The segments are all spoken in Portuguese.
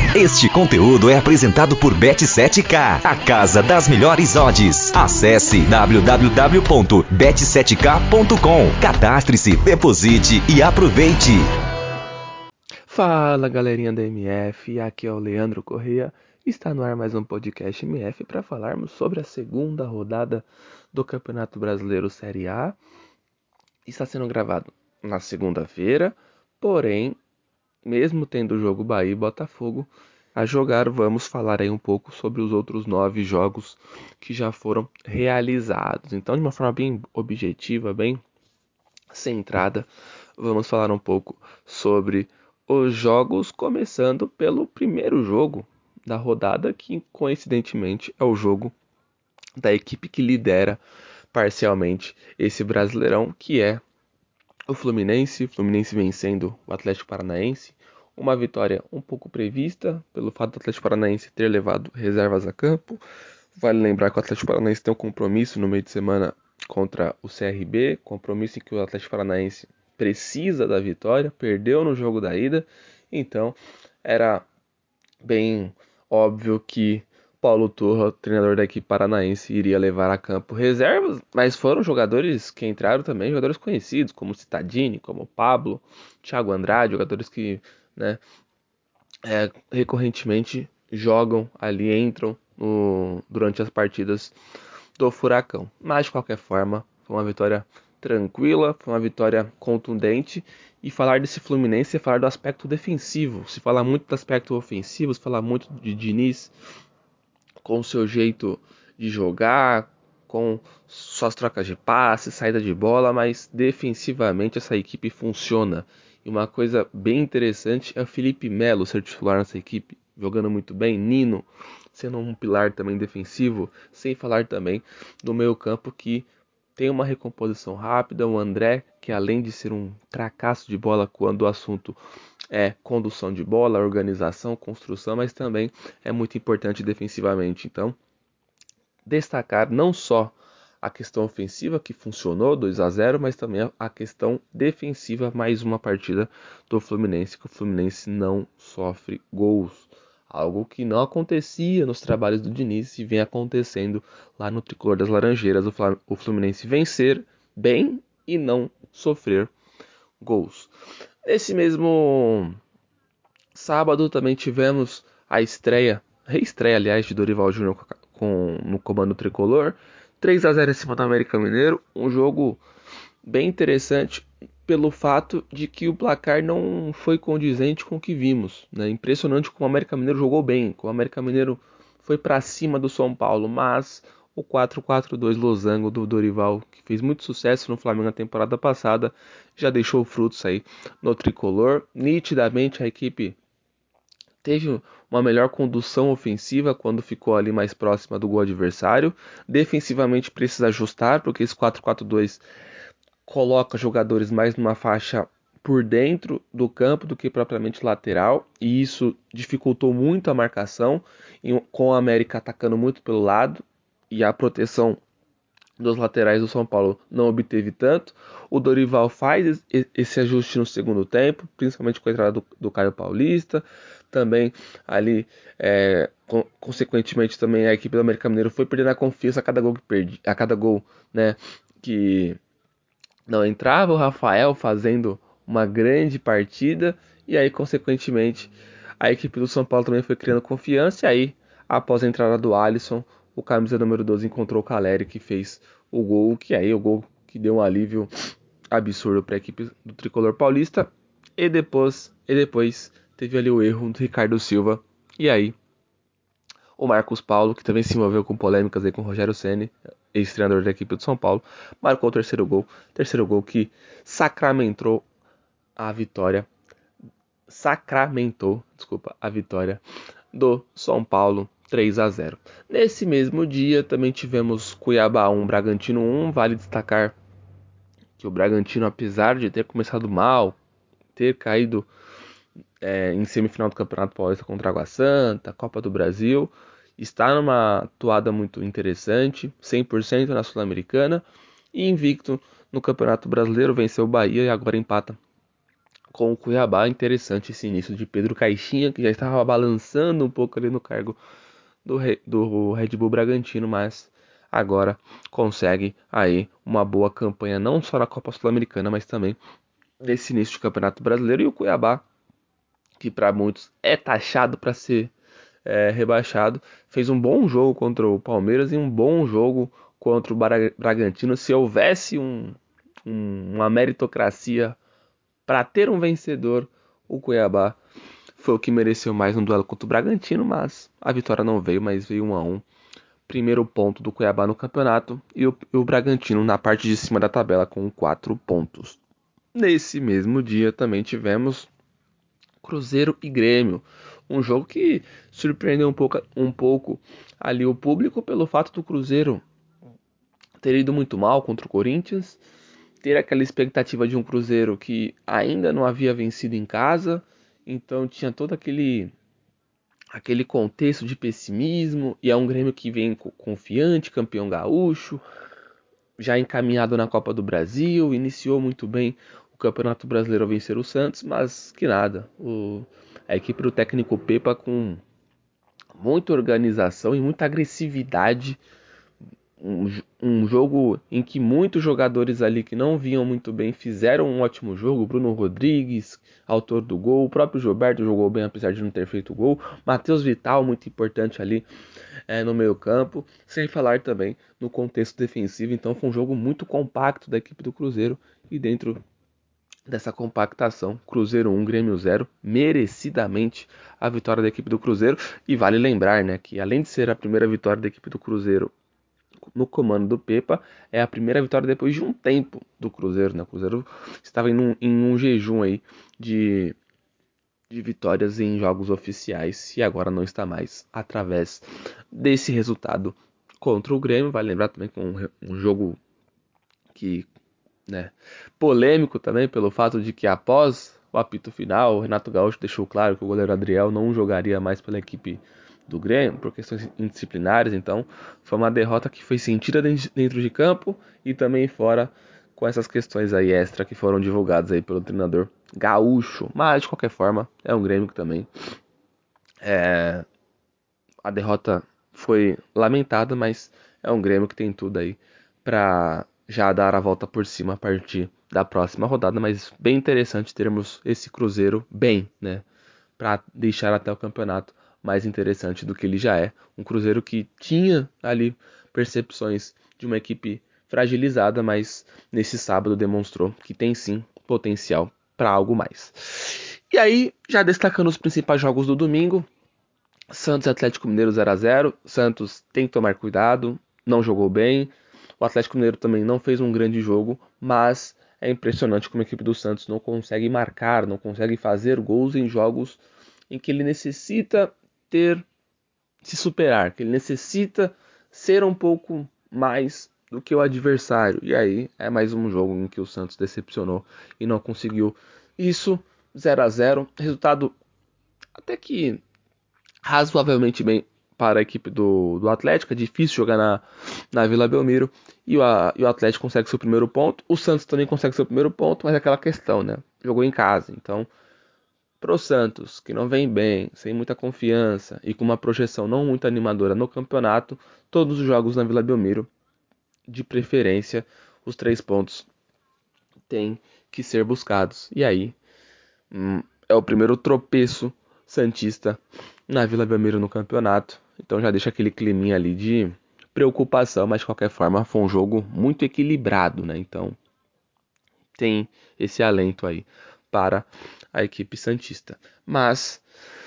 Este conteúdo é apresentado por Bet7k, a casa das melhores odds. Acesse www.bet7k.com. Cadastre-se, deposite e aproveite. Fala galerinha da MF, aqui é o Leandro Correia. Está no ar mais um podcast MF para falarmos sobre a segunda rodada do Campeonato Brasileiro Série A. Está sendo gravado na segunda-feira, porém, mesmo tendo o jogo Bahia e Botafogo a jogar, vamos falar aí um pouco sobre os outros 9 jogos que já foram realizados. Então, de uma forma bem objetiva, bem centrada, vamos falar um pouco sobre os jogos, começando pelo primeiro jogo da rodada, que coincidentemente é o jogo da equipe que lidera parcialmente esse Brasileirão, que é o Fluminense vencendo o Atlético Paranaense. Uma vitória um pouco prevista, pelo fato do Atlético Paranaense ter levado reservas a campo. Vale lembrar que o Atlético Paranaense tem um compromisso no meio de semana contra o CRB, compromisso em que o Atlético Paranaense precisa da vitória, perdeu no jogo da ida, então era bem óbvio que Paulo Turra, treinador da equipe paranaense, iria levar a campo reservas, mas foram jogadores que entraram também, jogadores conhecidos, como Cittadini, como Pablo, Thiago Andrade, jogadores que, né, recorrentemente jogam ali, entram durante as partidas do Furacão. Mas, de qualquer forma, foi uma vitória tranquila, foi uma vitória contundente. E falar desse Fluminense é falar do aspecto defensivo. Se fala muito do aspecto ofensivo, se fala muito de Diniz com o seu jeito de jogar, com suas trocas de passe, saída de bola, mas defensivamente essa equipe funciona. E uma coisa bem interessante é o Felipe Melo ser titular nessa equipe, jogando muito bem, Nino sendo um pilar também defensivo, sem falar também do meio-campo que tem uma recomposição rápida, o André, que além de ser um cracaço de bola quando o assunto é condução de bola, organização, construção, mas também é muito importante defensivamente. Então, destacar não só a questão ofensiva que funcionou 2-0, mas também a questão defensiva, mais uma partida do Fluminense, que o Fluminense não sofre gols. Algo que não acontecia nos trabalhos do Diniz e vem acontecendo lá no Tricolor das Laranjeiras, o Fluminense vencer bem e não sofrer gols. Nesse mesmo sábado também tivemos a reestreia, aliás, de Dorival Júnior no comando tricolor. 3-0 em cima do América Mineiro, um jogo bem interessante pelo fato de que o placar não foi condizente com o que vimos, né? Impressionante como o América Mineiro jogou bem, como o América Mineiro foi para cima do São Paulo, mas o 4-4-2 losango do Dorival, que fez muito sucesso no Flamengo na temporada passada, já deixou frutos aí no tricolor. Nitidamente a equipe teve uma melhor condução ofensiva quando ficou ali mais próxima do gol adversário. Defensivamente precisa ajustar, porque esse 4-4-2 coloca jogadores mais numa faixa por dentro do campo do que propriamente lateral, e isso dificultou muito a marcação, com a América atacando muito pelo lado, e a proteção dos laterais do São Paulo não obteve tanto. O Dorival faz esse ajuste no segundo tempo, principalmente com a entrada do Caio Paulista. Também ali, consequentemente, também a equipe do América Mineiro foi perdendo a confiança a cada gol né, que não entrava. O Rafael fazendo uma grande partida, e aí, consequentemente, a equipe do São Paulo também foi criando confiança. E aí, após a entrada do Alisson, o camisa número 12 encontrou o Caleri, que fez o gol, o gol que deu um alívio absurdo para a equipe do Tricolor Paulista. E depois teve ali o erro do Ricardo Silva. E aí, o Marcos Paulo, que também se envolveu com polêmicas aí com o Rogério Ceni, ex-treinador da equipe do São Paulo, marcou o terceiro gol que sacramentou a vitória do São Paulo, 3-0. Nesse mesmo dia também tivemos Cuiabá 1, Bragantino 1. Vale destacar que o Bragantino, apesar de ter começado mal, ter caído em semifinal do Campeonato Paulista contra a Água Santa, Copa do Brasil, está numa toada muito interessante, 100% na Sul-Americana, e invicto no Campeonato Brasileiro, venceu o Bahia e agora empata com o Cuiabá. Interessante esse início de Pedro Caixinha, que já estava balançando um pouco ali no cargo do Red Bull Bragantino, mas agora consegue aí uma boa campanha, não só na Copa Sul-Americana, mas também nesse início de Campeonato Brasileiro. E o Cuiabá, que para muitos é taxado para ser rebaixado, fez um bom jogo contra o Palmeiras e um bom jogo contra o Bragantino. Se houvesse uma meritocracia para ter um vencedor, o Cuiabá foi o que mereceu mais no duelo contra o Bragantino, mas a vitória não veio, mas veio 1-1. Primeiro ponto do Cuiabá no campeonato e o Bragantino na parte de cima da tabela com 4 pontos. Nesse mesmo dia também tivemos Cruzeiro e Grêmio, um jogo que surpreendeu um pouco ali o público pelo fato do Cruzeiro ter ido muito mal contra o Corinthians, ter aquela expectativa de um Cruzeiro que ainda não havia vencido em casa, então tinha todo aquele contexto de pessimismo, e é um Grêmio que vem confiante, campeão gaúcho, já encaminhado na Copa do Brasil, iniciou muito bem o Campeonato Brasileiro ao vencer o Santos, mas que nada, a equipe do técnico Pepa com muita organização e muita agressividade, um jogo em que muitos jogadores ali que não vinham muito bem fizeram um ótimo jogo. Bruno Rodrigues, autor do gol, o próprio Gilberto jogou bem apesar de não ter feito gol, Matheus Vital, muito importante ali no meio campo, sem falar também no contexto defensivo. Então foi um jogo muito compacto da equipe do Cruzeiro, e dentro dessa compactação, Cruzeiro 1, Grêmio 0, merecidamente a vitória da equipe do Cruzeiro. E vale lembrar, né, que além de ser a primeira vitória da equipe do Cruzeiro no comando do Pepa, é a primeira vitória depois de um tempo do Cruzeiro, né? O Cruzeiro estava em um jejum aí de vitórias em jogos oficiais e agora não está mais, através desse resultado contra o Grêmio. Vale lembrar também que um jogo que, né, polêmico também pelo fato de que após o apito final, o Renato Gaúcho deixou claro que o goleiro Adriel não jogaria mais pela equipe do Grêmio por questões indisciplinares. Então foi uma derrota que foi sentida dentro de campo e também fora, com essas questões aí extra que foram divulgadas aí pelo treinador gaúcho. Mas de qualquer forma é um Grêmio que também a derrota foi lamentada, mas é um Grêmio que tem tudo aí para já dar a volta por cima a partir da próxima rodada. Mas bem interessante termos esse Cruzeiro bem, né, para deixar até o campeonato mais interessante do que ele já é. Um Cruzeiro que tinha ali percepções de uma equipe fragilizada, mas nesse sábado demonstrou que tem sim potencial para algo mais. E aí, já destacando os principais jogos do domingo, Santos e Atlético Mineiro 0-0. Santos tem que tomar cuidado, não jogou bem. O Atlético Mineiro também não fez um grande jogo, mas é impressionante como a equipe do Santos não consegue marcar, não consegue fazer gols em jogos em que ele necessita se superar, que ele necessita ser um pouco mais do que o adversário. E aí é mais um jogo em que o Santos decepcionou e não conseguiu isso. 0-0, resultado até que razoavelmente bem para a equipe do Atlético. É difícil jogar na Vila Belmiro, e o Atlético consegue seu primeiro ponto. O Santos também consegue seu primeiro ponto, mas é aquela questão, né? Jogou em casa, então pro Santos, que não vem bem, sem muita confiança e com uma projeção não muito animadora no campeonato, todos os jogos na Vila Belmiro, de preferência, os 3 pontos têm que ser buscados. E aí é o primeiro tropeço santista na Vila Belmiro no campeonato, então já deixa aquele climinha ali de preocupação, mas de qualquer forma foi um jogo muito equilibrado, né? Então tem esse alento aí para a equipe santista. Mas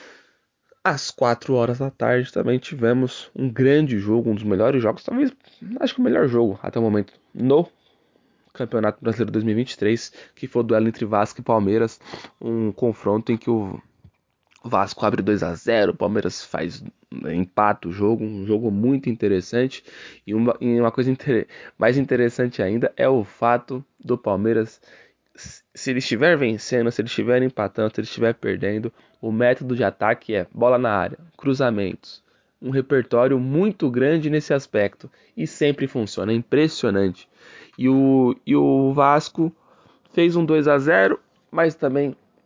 às 4 horas da tarde também tivemos um grande jogo, um dos melhores jogos, talvez, acho que o melhor jogo até o momento no Campeonato Brasileiro 2023, que foi o duelo entre Vasco e Palmeiras, um confronto em que o Vasco abre 2-0, o Palmeiras empata o jogo, um jogo muito interessante. E uma coisa mais interessante ainda é o fato do Palmeiras, se ele estiver vencendo, se ele estiver empatando, se ele estiver perdendo, o método de ataque é bola na área, cruzamentos, um repertório muito grande nesse aspecto, e sempre funciona, é impressionante. E o Vasco fez um 2-0, mas também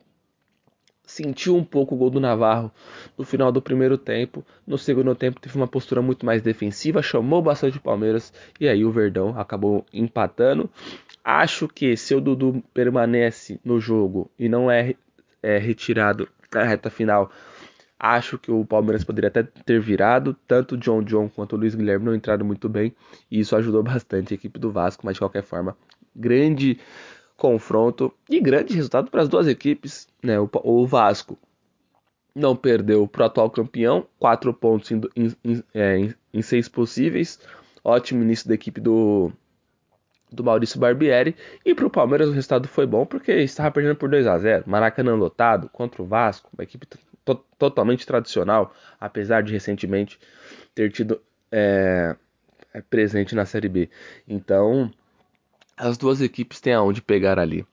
sentiu um pouco o gol do Navarro no final do primeiro tempo. No segundo tempo teve uma postura muito mais defensiva, chamou bastante o Palmeiras e aí o Verdão acabou empatando. Acho que se o Dudu permanece no jogo e não é retirado na reta final, acho que o Palmeiras poderia até ter virado. Tanto o John quanto o Luiz Guilherme não entraram muito bem e isso ajudou bastante a equipe do Vasco, mas de qualquer forma, grande confronto e grande resultado para as duas equipes, né? O Vasco não perdeu para o atual campeão, 4 pontos em 6 possíveis, ótimo início da equipe do Maurício Barbieri, e para o Palmeiras o resultado foi bom porque estava perdendo por 2-0, Maracanã lotado contra o Vasco, uma equipe totalmente tradicional, apesar de recentemente ter tido presente na Série B. Então as duas equipes têm aonde pegar ali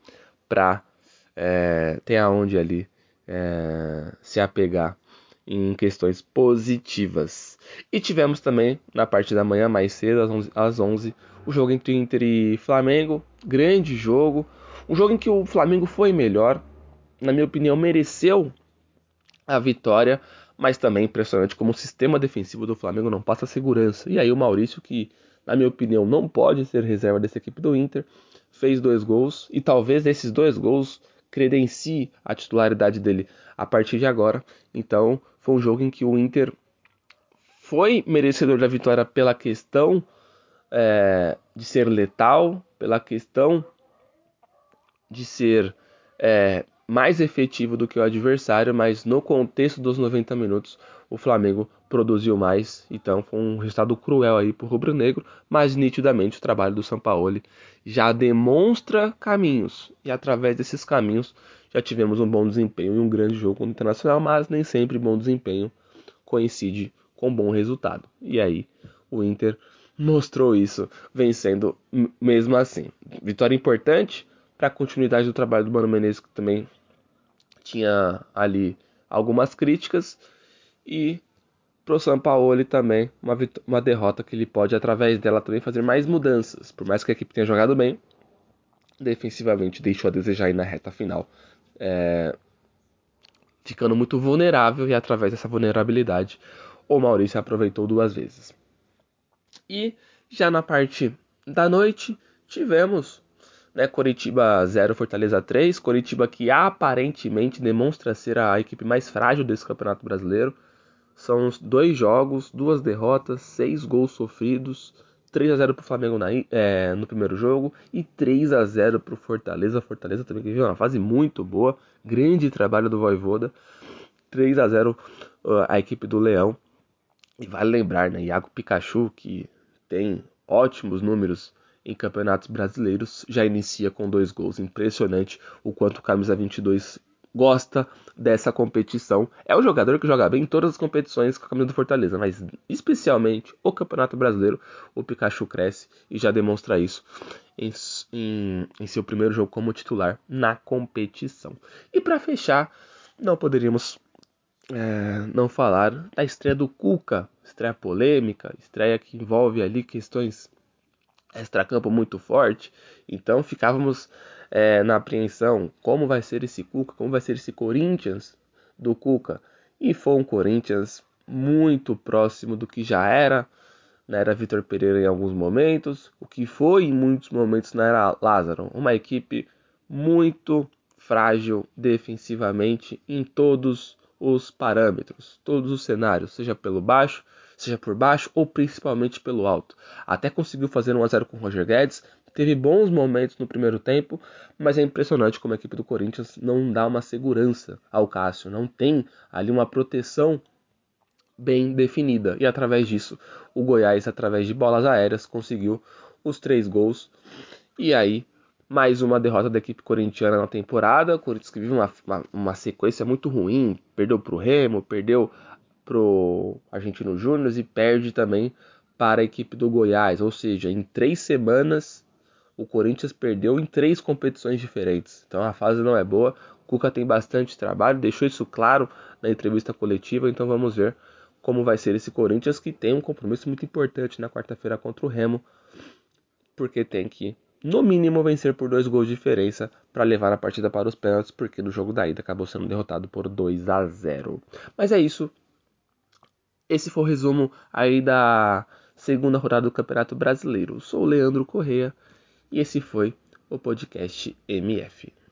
tem aonde ali se apegar em questões positivas. E tivemos também na parte da manhã, mais cedo, às 11, o jogo entre Inter e Flamengo. Grande jogo. Um jogo em que o Flamengo foi melhor. Na minha opinião, mereceu a vitória. Mas também impressionante como o sistema defensivo do Flamengo não passa segurança. E aí o Maurício, que na minha opinião não pode ser reserva dessa equipe do Inter, fez 2 gols. E talvez esses 2 gols credencie a titularidade dele a partir de agora. Então foi um jogo em que o Inter foi merecedor da vitória pela questão de ser letal, pela questão de ser mais efetivo do que o adversário, mas no contexto dos 90 minutos o Flamengo produziu mais, então foi um resultado cruel aí pro rubro-negro, mas nitidamente o trabalho do Sampaoli já demonstra caminhos, e através desses caminhos já tivemos um bom desempenho e um grande jogo contra o Internacional, mas nem sempre bom desempenho coincide com bom resultado, e aí o Inter mostrou isso vencendo mesmo assim. Vitória importante para a continuidade do trabalho do Mano Menezes, que também tinha ali algumas críticas, e pro Sampaoli também uma derrota que ele pode, através dela, também fazer mais mudanças. Por mais que a equipe tenha jogado bem, defensivamente deixou a desejar aí na reta final, ficando muito vulnerável, e através dessa vulnerabilidade o Maurício aproveitou 2 vezes. E já na parte da noite tivemos Coritiba 0, Fortaleza 3. Coritiba que aparentemente demonstra ser a equipe mais frágil desse Campeonato Brasileiro. São 2 jogos, 2 derrotas, 6 gols sofridos, 3-0 para o Flamengo no primeiro jogo e 3-0 para o Fortaleza. Fortaleza também que vive uma fase muito boa, grande trabalho do Vojvoda. 3-0 a equipe do Leão. E vale lembrar, Iago Pikachu, que tem ótimos números em campeonatos brasileiros, já inicia com 2 gols. Impressionante o quanto o camisa 22 gosta dessa competição. É um jogador que joga bem em todas as competições com a camisa do Fortaleza, mas especialmente o Campeonato Brasileiro, o Pikachu cresce e já demonstra isso em seu primeiro jogo como titular na competição. E para fechar, não poderíamos não falar da estreia do Cuca, estreia polêmica, estreia que envolve ali questões extracampo muito forte. Então ficávamos na apreensão, como vai ser esse Cuca, como vai ser esse Corinthians do Cuca. E foi um Corinthians muito próximo do que já era, na era Vitor Pereira em alguns momentos, o que foi em muitos momentos na era Lázaro, uma equipe muito frágil defensivamente em todos os parâmetros, todos os cenários, seja por baixo ou principalmente pelo alto. Até conseguiu fazer 1-0 com o Roger Guedes, teve bons momentos no primeiro tempo, mas é impressionante como a equipe do Corinthians não dá uma segurança ao Cássio, não tem ali uma proteção bem definida, e através disso o Goiás, através de bolas aéreas, conseguiu os 3 gols. E aí mais uma derrota da equipe corintiana na temporada. O Corinthians que vive uma sequência muito ruim, perdeu pro Remo, perdeu pro Argentino Júnior e perde também para a equipe do Goiás, ou seja, em 3 semanas o Corinthians perdeu em 3 competições diferentes. Então a fase não é boa. O Cuca tem bastante trabalho, deixou isso claro na entrevista coletiva, então vamos ver como vai ser esse Corinthians, que tem um compromisso muito importante na quarta-feira contra o Remo, porque tem que, no mínimo, vencer por 2 gols de diferença para levar a partida para os pênaltis, porque no jogo da ida acabou sendo derrotado por 2-0. Mas é isso. Esse foi o resumo aí da segunda rodada do Campeonato Brasileiro. Sou o Leandro Corrêa e esse foi o podcast MF.